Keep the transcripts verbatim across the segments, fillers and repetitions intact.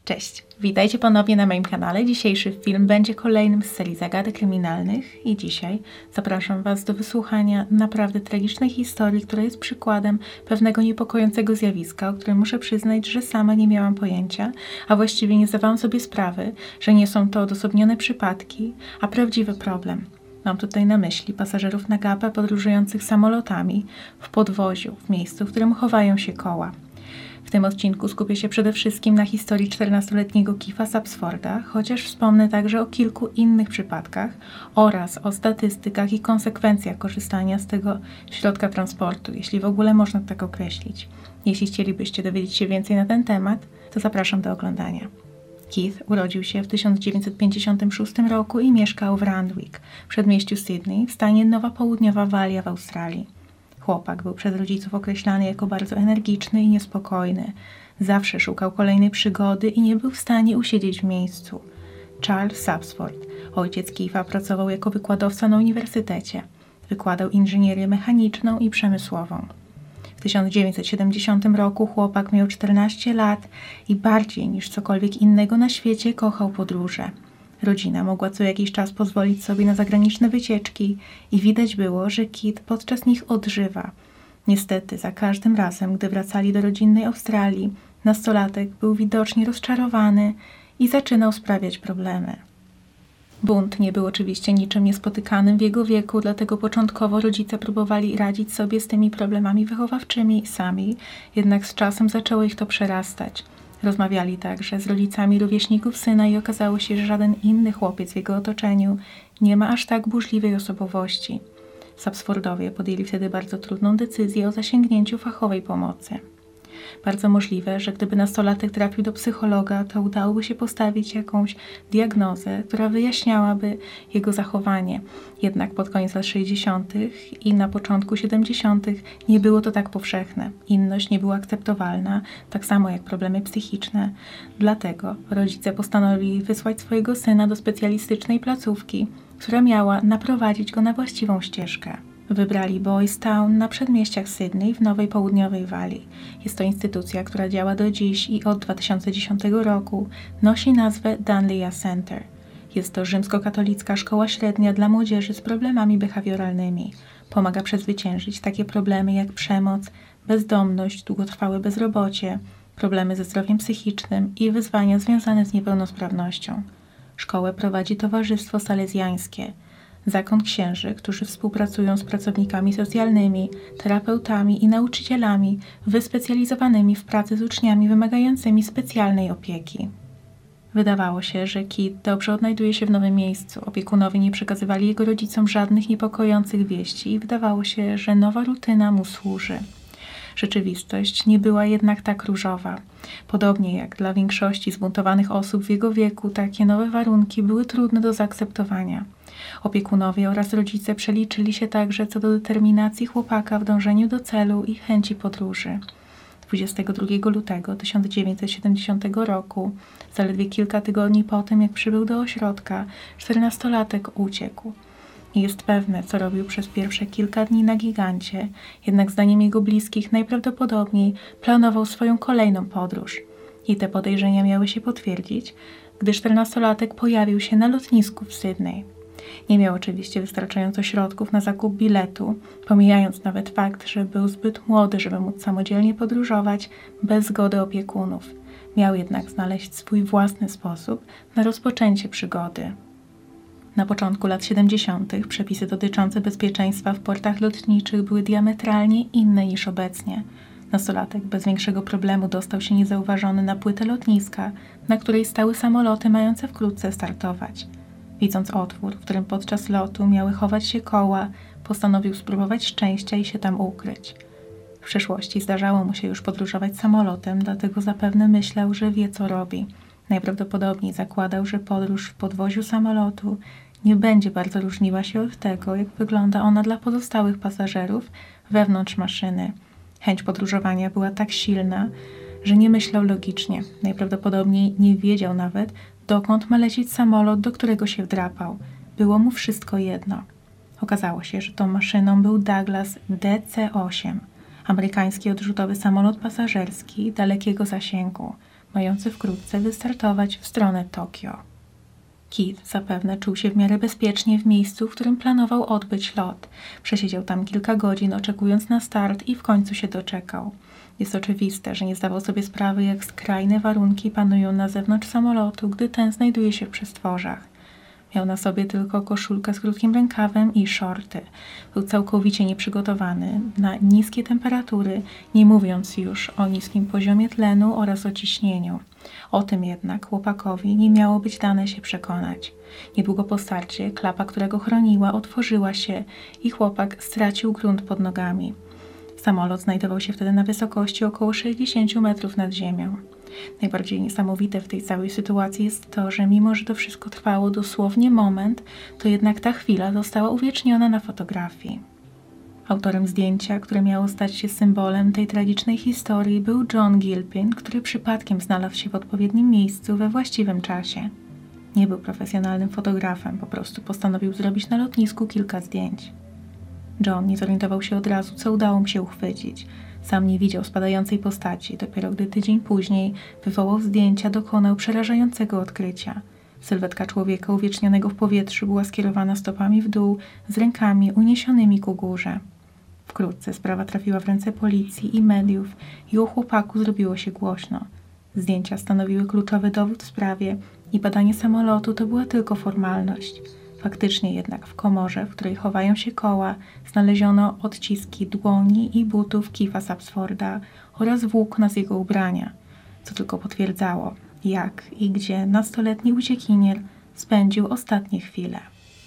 Cześć, witajcie ponownie na moim kanale. Dzisiejszy film będzie kolejnym z serii zagadek kryminalnych i dzisiaj zapraszam Was do wysłuchania naprawdę tragicznej historii, która jest przykładem pewnego niepokojącego zjawiska, o którym muszę przyznać, że sama nie miałam pojęcia, a właściwie nie zdawałam sobie sprawy, że nie są to odosobnione przypadki, a prawdziwy problem. Mam tutaj na myśli pasażerów Nagapę podróżujących samolotami w podwoziu, w miejscu, w którym chowają się koła. W tym odcinku skupię się przede wszystkim na historii czternastoletniego Keitha Sapsforda, chociaż wspomnę także o kilku innych przypadkach oraz o statystykach i konsekwencjach korzystania z tego środka transportu, jeśli w ogóle można tak określić. Jeśli chcielibyście dowiedzieć się więcej na ten temat, to zapraszam do oglądania. Keith urodził się w tysiąc dziewięćset pięćdziesiątym szóstym roku i mieszkał w Randwick, przedmieściu Sydney, w stanie Nowa Południowa Walia w Australii. Chłopak był przez rodziców określany jako bardzo energiczny i niespokojny. Zawsze szukał kolejnej przygody i nie był w stanie usiedzieć w miejscu. Charles Sapsford, ojciec Keitha, pracował jako wykładowca na uniwersytecie. Wykładał inżynierię mechaniczną i przemysłową. W tysiąc dziewięćset siedemdziesiątym roku chłopak miał czternaście lat i bardziej niż cokolwiek innego na świecie kochał podróże. Rodzina mogła co jakiś czas pozwolić sobie na zagraniczne wycieczki i widać było, że Keith podczas nich odżywa. Niestety, za każdym razem, gdy wracali do rodzinnej Australii, nastolatek był widocznie rozczarowany i zaczynał sprawiać problemy. Bunt nie był oczywiście niczym niespotykanym w jego wieku, dlatego początkowo rodzice próbowali radzić sobie z tymi problemami wychowawczymi sami, jednak z czasem zaczęło ich to przerastać. Rozmawiali także z rodzicami rówieśników syna i okazało się, że żaden inny chłopiec w jego otoczeniu nie ma aż tak burzliwej osobowości. Sapsfordowie podjęli wtedy bardzo trudną decyzję o zasięgnięciu fachowej pomocy. Bardzo możliwe, że gdyby nastolatek trafił do psychologa, to udałoby się postawić jakąś diagnozę, która wyjaśniałaby jego zachowanie. Jednak pod koniec lat sześćdziesiątych i na początku siedemdziesiątych nie było to tak powszechne. Inność nie była akceptowalna, tak samo jak problemy psychiczne. Dlatego rodzice postanowili wysłać swojego syna do specjalistycznej placówki, która miała naprowadzić go na właściwą ścieżkę. Wybrali Boys Town na przedmieściach Sydney w Nowej Południowej Walii. Jest to instytucja, która działa do dziś i od dwa tysiące dziesiątego roku nosi nazwę Dunlea Center. Jest to rzymskokatolicka szkoła średnia dla młodzieży z problemami behawioralnymi. Pomaga przezwyciężyć takie problemy jak przemoc, bezdomność, długotrwałe bezrobocie, problemy ze zdrowiem psychicznym i wyzwania związane z niepełnosprawnością. Szkołę prowadzi Towarzystwo Salezjańskie, zakon księży, którzy współpracują z pracownikami socjalnymi, terapeutami i nauczycielami wyspecjalizowanymi w pracy z uczniami wymagającymi specjalnej opieki. Wydawało się, że Keith dobrze odnajduje się w nowym miejscu. Opiekunowie nie przekazywali jego rodzicom żadnych niepokojących wieści i wydawało się, że nowa rutyna mu służy. Rzeczywistość nie była jednak tak różowa. Podobnie jak dla większości zbuntowanych osób w jego wieku, takie nowe warunki były trudne do zaakceptowania. Opiekunowie oraz rodzice przeliczyli się także co do determinacji chłopaka w dążeniu do celu i chęci podróży. dwudziestego drugiego lutego tysiąc dziewięćset siedemdziesiątego roku, zaledwie kilka tygodni po tym, jak przybył do ośrodka, czternastolatek uciekł. Nie jest pewne, co robił przez pierwsze kilka dni na Gigancie, jednak zdaniem jego bliskich najprawdopodobniej planował swoją kolejną podróż. I te podejrzenia miały się potwierdzić, gdy czternastolatek pojawił się na lotnisku w Sydney. Nie miał oczywiście wystarczająco środków na zakup biletu, pomijając nawet fakt, że był zbyt młody, żeby móc samodzielnie podróżować bez zgody opiekunów. Miał jednak znaleźć swój własny sposób na rozpoczęcie przygody. Na początku lat siedemdziesiątych przepisy dotyczące bezpieczeństwa w portach lotniczych były diametralnie inne niż obecnie. Nastolatek bez większego problemu dostał się niezauważony na płytę lotniska, na której stały samoloty mające wkrótce startować. Widząc otwór, w którym podczas lotu miały chować się koła, postanowił spróbować szczęścia i się tam ukryć. W przeszłości zdarzało mu się już podróżować samolotem, dlatego zapewne myślał, że wie, co robi. Najprawdopodobniej zakładał, że podróż w podwoziu samolotu nie będzie bardzo różniła się od tego, jak wygląda ona dla pozostałych pasażerów wewnątrz maszyny. Chęć podróżowania była tak silna, że nie myślał logicznie. Najprawdopodobniej nie wiedział nawet, dokąd ma lecieć samolot, do którego się wdrapał. Było mu wszystko jedno. Okazało się, że tą maszyną był Douglas D C osiem, amerykański odrzutowy samolot pasażerski dalekiego zasięgu. mający wkrótce wystartować w stronę Tokio. Keith zapewne czuł się w miarę bezpiecznie w miejscu, w którym planował odbyć lot. Przesiedział tam kilka godzin, oczekując na start i w końcu się doczekał. Jest oczywiste, że nie zdawał sobie sprawy, jak skrajne warunki panują na zewnątrz samolotu, gdy ten znajduje się w przestworzach. Miał na sobie tylko koszulkę z krótkim rękawem i shorty. Był całkowicie nieprzygotowany na niskie temperatury, nie mówiąc już o niskim poziomie tlenu oraz o ciśnieniu. O tym jednak chłopakowi nie miało być dane się przekonać. Niedługo po starcie klapa, która go chroniła, otworzyła się i chłopak stracił grunt pod nogami. Samolot znajdował się wtedy na wysokości około sześćdziesięciu metrów nad ziemią. Najbardziej niesamowite w tej całej sytuacji jest to, że mimo, że to wszystko trwało dosłownie moment, to jednak ta chwila została uwieczniona na fotografii. Autorem zdjęcia, które miało stać się symbolem tej tragicznej historii, był John Gilpin, który przypadkiem znalazł się w odpowiednim miejscu we właściwym czasie. Nie był profesjonalnym fotografem, po prostu postanowił zrobić na lotnisku kilka zdjęć. John nie zorientował się od razu, co udało mu się uchwycić. Sam nie widział spadającej postaci. Dopiero gdy tydzień później wywołał zdjęcia, dokonał przerażającego odkrycia. Sylwetka człowieka uwiecznionego w powietrzu była skierowana stopami w dół, z rękami uniesionymi ku górze. Wkrótce sprawa trafiła w ręce policji i mediów i o chłopaku zrobiło się głośno. Zdjęcia stanowiły kluczowy dowód w sprawie i badanie samolotu to była tylko formalność. Faktycznie jednak w komorze, w której chowają się koła, znaleziono odciski dłoni i butów Keitha Sapsforda oraz włókna z jego ubrania, co tylko potwierdzało, jak i gdzie nastoletni uciekinier spędził ostatnie chwile.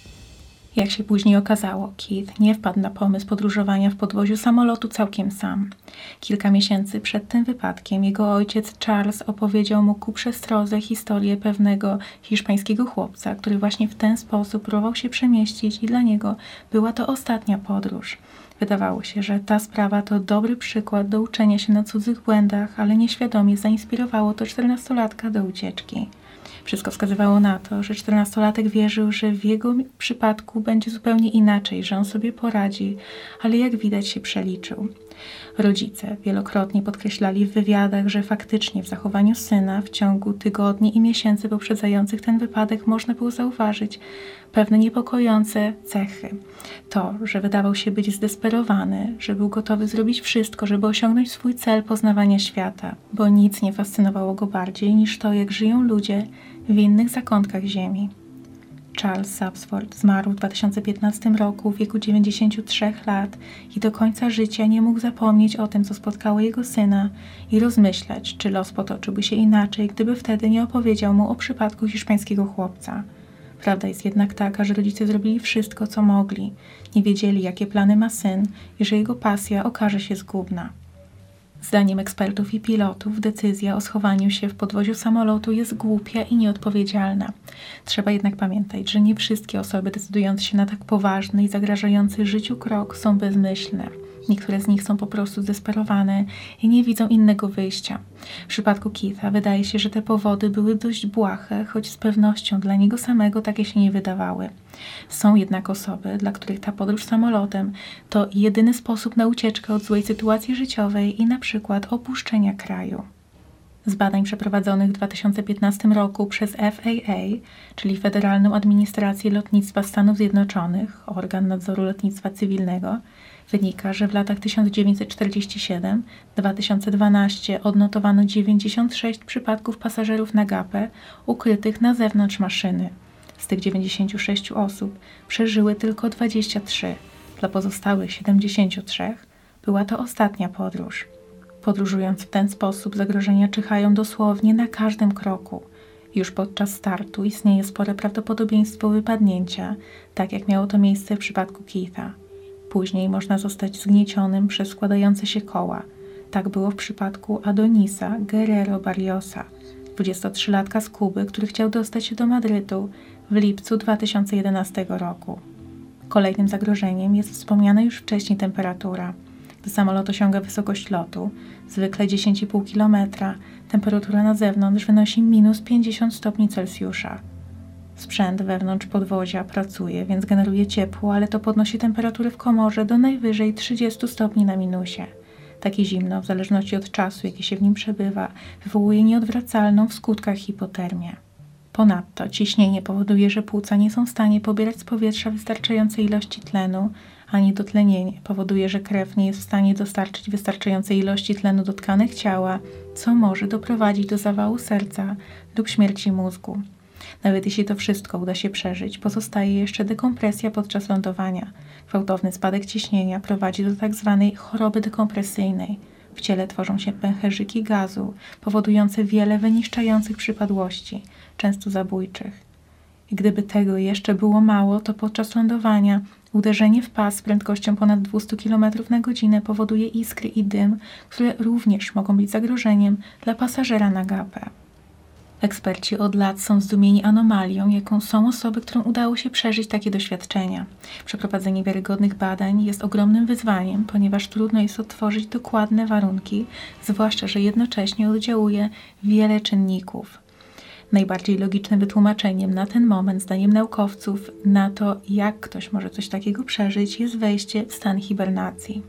Jak się później okazało, Keith nie wpadł na pomysł podróżowania w podwoziu samolotu całkiem sam. Kilka miesięcy przed tym wypadkiem jego ojciec Charles opowiedział mu ku przestrodze historię pewnego hiszpańskiego chłopca, który właśnie w ten sposób próbował się przemieścić i dla niego była to ostatnia podróż. Wydawało się, że ta sprawa to dobry przykład do uczenia się na cudzych błędach, ale nieświadomie zainspirowało to czternastolatka do ucieczki. Wszystko wskazywało na to, że czternastolatek wierzył, że w jego przypadku będzie zupełnie inaczej, że on sobie poradzi, ale jak widać się przeliczył. Rodzice wielokrotnie podkreślali w wywiadach, że faktycznie w zachowaniu syna w ciągu tygodni i miesięcy poprzedzających ten wypadek można było zauważyć pewne niepokojące cechy. To, że wydawał się być zdesperowany, że był gotowy zrobić wszystko, żeby osiągnąć swój cel poznawania świata, bo nic nie fascynowało go bardziej niż to, jak żyją ludzie w innych zakątkach ziemi. Charles Sapsford zmarł w dwa tysiące piętnastym roku w wieku dziewięćdziesięciu trzech lat i do końca życia nie mógł zapomnieć o tym, co spotkało jego syna i rozmyślać, czy los potoczyłby się inaczej, gdyby wtedy nie opowiedział mu o przypadku hiszpańskiego chłopca. Prawda jest jednak taka, że rodzice zrobili wszystko, co mogli. Nie wiedzieli, jakie plany ma syn i że jego pasja okaże się zgubna. Zdaniem ekspertów i pilotów decyzja o schowaniu się w podwoziu samolotu jest głupia i nieodpowiedzialna. Trzeba jednak pamiętać, że nie wszystkie osoby decydujące się na tak poważny i zagrażający życiu krok są bezmyślne. Niektóre z nich są po prostu zdesperowane i nie widzą innego wyjścia. W przypadku Keitha wydaje się, że te powody były dość błahe, choć z pewnością dla niego samego takie się nie wydawały. Są jednak osoby, dla których ta podróż samolotem to jedyny sposób na ucieczkę od złej sytuacji życiowej i na przykład opuszczenia kraju. Z badań przeprowadzonych w dwa tysiące piętnastym roku przez F A A, czyli Federalną Administrację Lotnictwa Stanów Zjednoczonych, organ nadzoru lotnictwa cywilnego, wynika, że w latach tysiąc dziewięćset czterdziestym siódmym do dwa tysiące dwunastego odnotowano dziewięćdziesiąt sześć przypadków pasażerów na gapę ukrytych na zewnątrz maszyny. Z tych dziewięćdziesięciu sześciu osób przeżyły tylko dwadzieścia trzy. Dla pozostałych siedemdziesięciu trzech była to ostatnia podróż. Podróżując w ten sposób zagrożenia czyhają dosłownie na każdym kroku. Już podczas startu istnieje spore prawdopodobieństwo wypadnięcia, tak jak miało to miejsce w przypadku Keitha. Później można zostać zgniecionym przez składające się koła. Tak było w przypadku Adonisa Guerrero Barriosa, dwudziestotrzylatka z Kuby, który chciał dostać się do Madrytu w lipcu dwa tysiące jedenastego roku. Kolejnym zagrożeniem jest wspomniana już wcześniej temperatura. Gdy samolot osiąga wysokość lotu, zwykle dziesięć i pół kilometra, temperatura na zewnątrz wynosi minus pięćdziesiąt stopni Celsjusza. Sprzęt wewnątrz podwozia pracuje, więc generuje ciepło, ale to podnosi temperaturę w komorze do najwyżej trzydziestu stopni na minusie. Takie zimno, w zależności od czasu, jaki się w nim przebywa, wywołuje nieodwracalną w skutkach hipotermię. Ponadto ciśnienie powoduje, że płuca nie są w stanie pobierać z powietrza wystarczającej ilości tlenu, a niedotlenienie powoduje, że krew nie jest w stanie dostarczyć wystarczającej ilości tlenu do tkanek ciała, co może doprowadzić do zawału serca lub śmierci mózgu. Nawet jeśli to wszystko uda się przeżyć, pozostaje jeszcze dekompresja podczas lądowania. Gwałtowny spadek ciśnienia prowadzi do tzw. choroby dekompresyjnej. W ciele tworzą się pęcherzyki gazu, powodujące wiele wyniszczających przypadłości, często zabójczych. I gdyby tego jeszcze było mało, to podczas lądowania uderzenie w pas z prędkością ponad dwieście kilometrów na godzinę powoduje iskry i dym, które również mogą być zagrożeniem dla pasażera na gapę. Eksperci od lat są zdumieni anomalią, jaką są osoby, którym udało się przeżyć takie doświadczenia. Przeprowadzenie wiarygodnych badań jest ogromnym wyzwaniem, ponieważ trudno jest odtworzyć dokładne warunki, zwłaszcza że jednocześnie oddziałuje wiele czynników. Najbardziej logicznym wytłumaczeniem na ten moment, zdaniem naukowców, na to, jak ktoś może coś takiego przeżyć, jest wejście w stan hibernacji.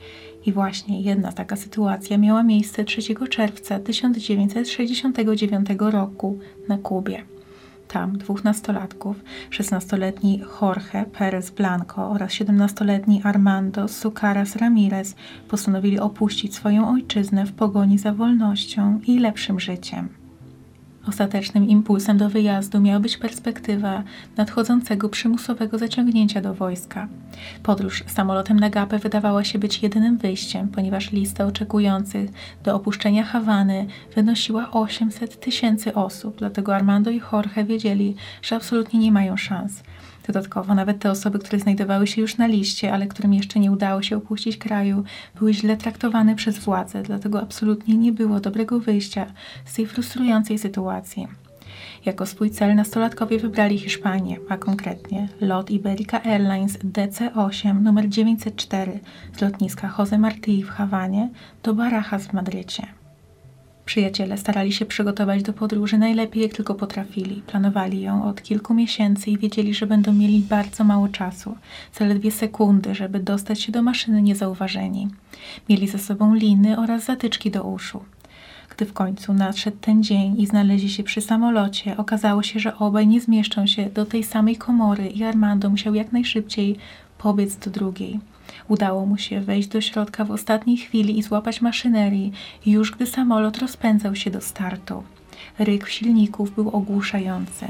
I właśnie jedna taka sytuacja miała miejsce trzeciego czerwca tysiąc dziewięćset sześćdziesiątego dziewiątego roku na Kubie. Tam dwóch nastolatków, szesnastoletni Jorge Perez Blanco oraz siedemnastoletni Armando Sucaras Ramirez postanowili opuścić swoją ojczyznę w pogoni za wolnością i lepszym życiem. Ostatecznym impulsem do wyjazdu miała być perspektywa nadchodzącego przymusowego zaciągnięcia do wojska. Podróż samolotem na Gapę wydawała się być jedynym wyjściem, ponieważ lista oczekujących do opuszczenia Hawany wynosiła osiemset tysięcy osób, dlatego Armando i Jorge wiedzieli, że absolutnie nie mają szans. Dodatkowo nawet te osoby, które znajdowały się już na liście, ale którym jeszcze nie udało się opuścić kraju, były źle traktowane przez władze, dlatego absolutnie nie było dobrego wyjścia z tej frustrującej sytuacji. Jako swój cel nastolatkowie wybrali Hiszpanię, a konkretnie lot Iberica Airlines D C osiem numer dziewięćset cztery z lotniska José Martí w Hawanie do Barajas w Madrycie. Przyjaciele starali się przygotować do podróży najlepiej jak tylko potrafili. Planowali ją od kilku miesięcy i wiedzieli, że będą mieli bardzo mało czasu, zaledwie sekundy, żeby dostać się do maszyny niezauważeni. Mieli ze sobą liny oraz zatyczki do uszu. Gdy w końcu nadszedł ten dzień i znaleźli się przy samolocie, okazało się, że obaj nie zmieszczą się do tej samej komory i Armando musiał jak najszybciej pobiec do drugiej. Udało mu się wejść do środka w ostatniej chwili i złapać maszynerii, już gdy samolot rozpędzał się do startu. Ryk silników był ogłuszający.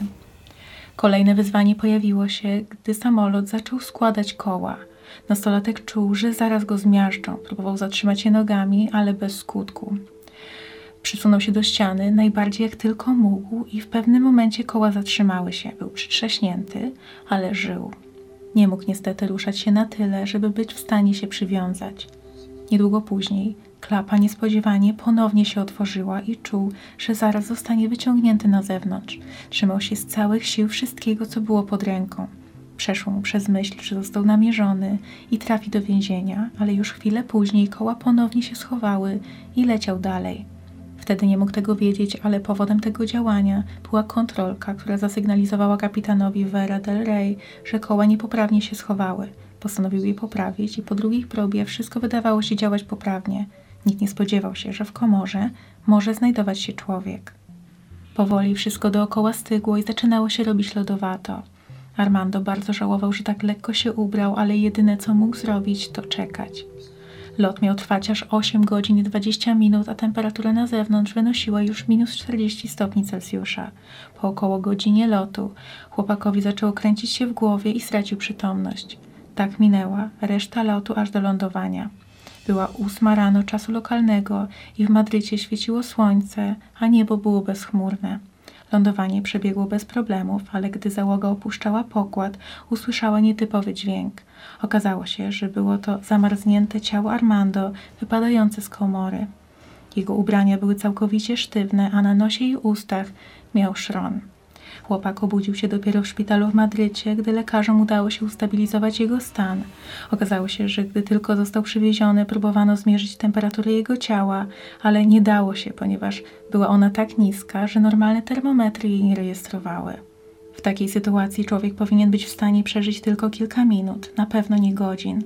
Kolejne wyzwanie pojawiło się, gdy samolot zaczął składać koła. Nastolatek czuł, że zaraz go zmiażdżą. Próbował zatrzymać je nogami, ale bez skutku. Przysunął się do ściany najbardziej jak tylko mógł i w pewnym momencie koła zatrzymały się. Był przytrzaśnięty, ale żył. Nie mógł niestety ruszać się na tyle, żeby być w stanie się przywiązać. Niedługo później klapa niespodziewanie ponownie się otworzyła i czuł, że zaraz zostanie wyciągnięty na zewnątrz. Trzymał się z całych sił wszystkiego, co było pod ręką. Przeszło mu przez myśl, że został namierzony i trafi do więzienia, ale już chwilę później koła ponownie się schowały i leciał dalej. Wtedy nie mógł tego wiedzieć, ale powodem tego działania była kontrolka, która zasygnalizowała kapitanowi Vera del Rey, że koła niepoprawnie się schowały. Postanowił je poprawić i po drugiej próbie wszystko wydawało się działać poprawnie. Nikt nie spodziewał się, że w komorze może znajdować się człowiek. Powoli wszystko dookoła stygło i zaczynało się robić lodowato. Armando bardzo żałował, że tak lekko się ubrał, ale jedyne co mógł zrobić to czekać. Lot miał trwać aż osiem godzin i dwadzieścia minut, a temperatura na zewnątrz wynosiła już minus czterdzieści stopni Celsjusza. Po około godzinie lotu chłopakowi zaczęło kręcić się w głowie i stracił przytomność. Tak minęła reszta lotu aż do lądowania. Była ósma rano czasu lokalnego i w Madrycie świeciło słońce, a niebo było bezchmurne. Lądowanie przebiegło bez problemów, ale gdy załoga opuszczała pokład, usłyszała nietypowy dźwięk. Okazało się, że było to zamarznięte ciało Armando wypadające z komory. Jego ubrania były całkowicie sztywne, a na nosie i ustach miał szron. Chłopak obudził się dopiero w szpitalu w Madrycie, gdy lekarzom udało się ustabilizować jego stan. Okazało się, że gdy tylko został przywieziony, próbowano zmierzyć temperaturę jego ciała, ale nie dało się, ponieważ była ona tak niska, że normalne termometry jej nie rejestrowały. W takiej sytuacji człowiek powinien być w stanie przeżyć tylko kilka minut, na pewno nie godzin.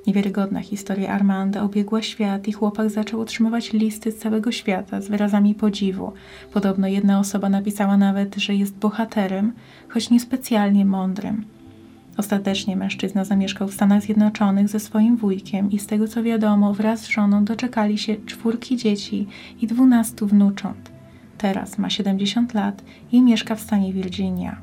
Niewiarygodna historia Armanda obiegła świat i chłopak zaczął otrzymywać listy z całego świata z wyrazami podziwu. Podobno jedna osoba napisała nawet, że jest bohaterem, choć niespecjalnie mądrym. Ostatecznie mężczyzna zamieszkał w Stanach Zjednoczonych ze swoim wujkiem i z tego co wiadomo wraz z żoną doczekali się czwórki dzieci i dwunastu wnucząt. Teraz ma siedemdziesiąt lat i mieszka w stanie Virginia.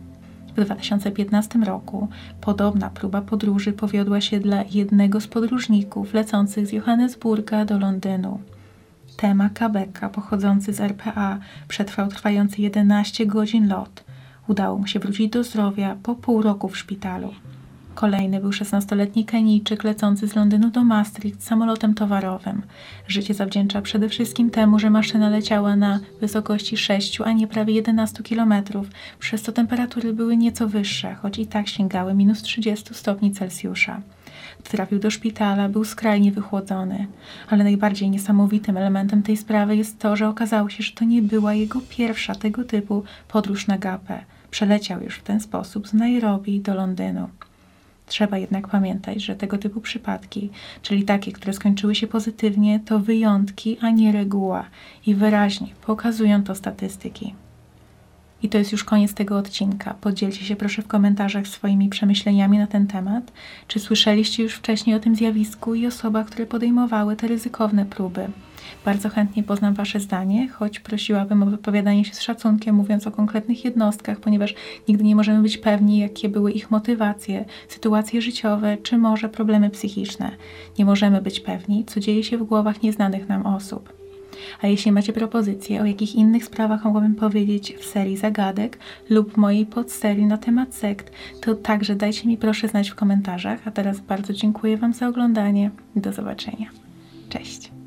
W dwa tysiące piętnastym roku podobna próba podróży powiodła się dla jednego z podróżników lecących z Johannesburga do Londynu. Tema Kabeka, pochodzący z R P A, przetrwał trwający jedenaście godzin lot. Udało mu się wrócić do zdrowia po pół roku w szpitalu. Kolejny był szesnastoletni Kenijczyk lecący z Londynu do Maastricht samolotem towarowym. Życie zawdzięcza przede wszystkim temu, że maszyna leciała na wysokości sześciu, a nie prawie jedenastu kilometrów, przez co temperatury były nieco wyższe, choć i tak sięgały minus trzydziestu stopni Celsjusza. Trafił do szpitala, był skrajnie wychłodzony. Ale najbardziej niesamowitym elementem tej sprawy jest to, że okazało się, że to nie była jego pierwsza tego typu podróż na gapę. Przeleciał już w ten sposób z Nairobi do Londynu. Trzeba jednak pamiętać, że tego typu przypadki, czyli takie, które skończyły się pozytywnie, to wyjątki, a nie reguła i wyraźnie pokazują to statystyki. I to jest już koniec tego odcinka. Podzielcie się proszę w komentarzach swoimi przemyśleniami na ten temat. Czy słyszeliście już wcześniej o tym zjawisku i osobach, które podejmowały te ryzykowne próby? Bardzo chętnie poznam Wasze zdanie, choć prosiłabym o wypowiadanie się z szacunkiem, mówiąc o konkretnych jednostkach, ponieważ nigdy nie możemy być pewni, jakie były ich motywacje, sytuacje życiowe, czy może problemy psychiczne. Nie możemy być pewni, co dzieje się w głowach nieznanych nam osób. A jeśli macie propozycje, o jakich innych sprawach mogłabym powiedzieć w serii zagadek lub mojej podserii na temat sekt, to także dajcie mi proszę znać w komentarzach. A teraz bardzo dziękuję Wam za oglądanie i do zobaczenia. Cześć!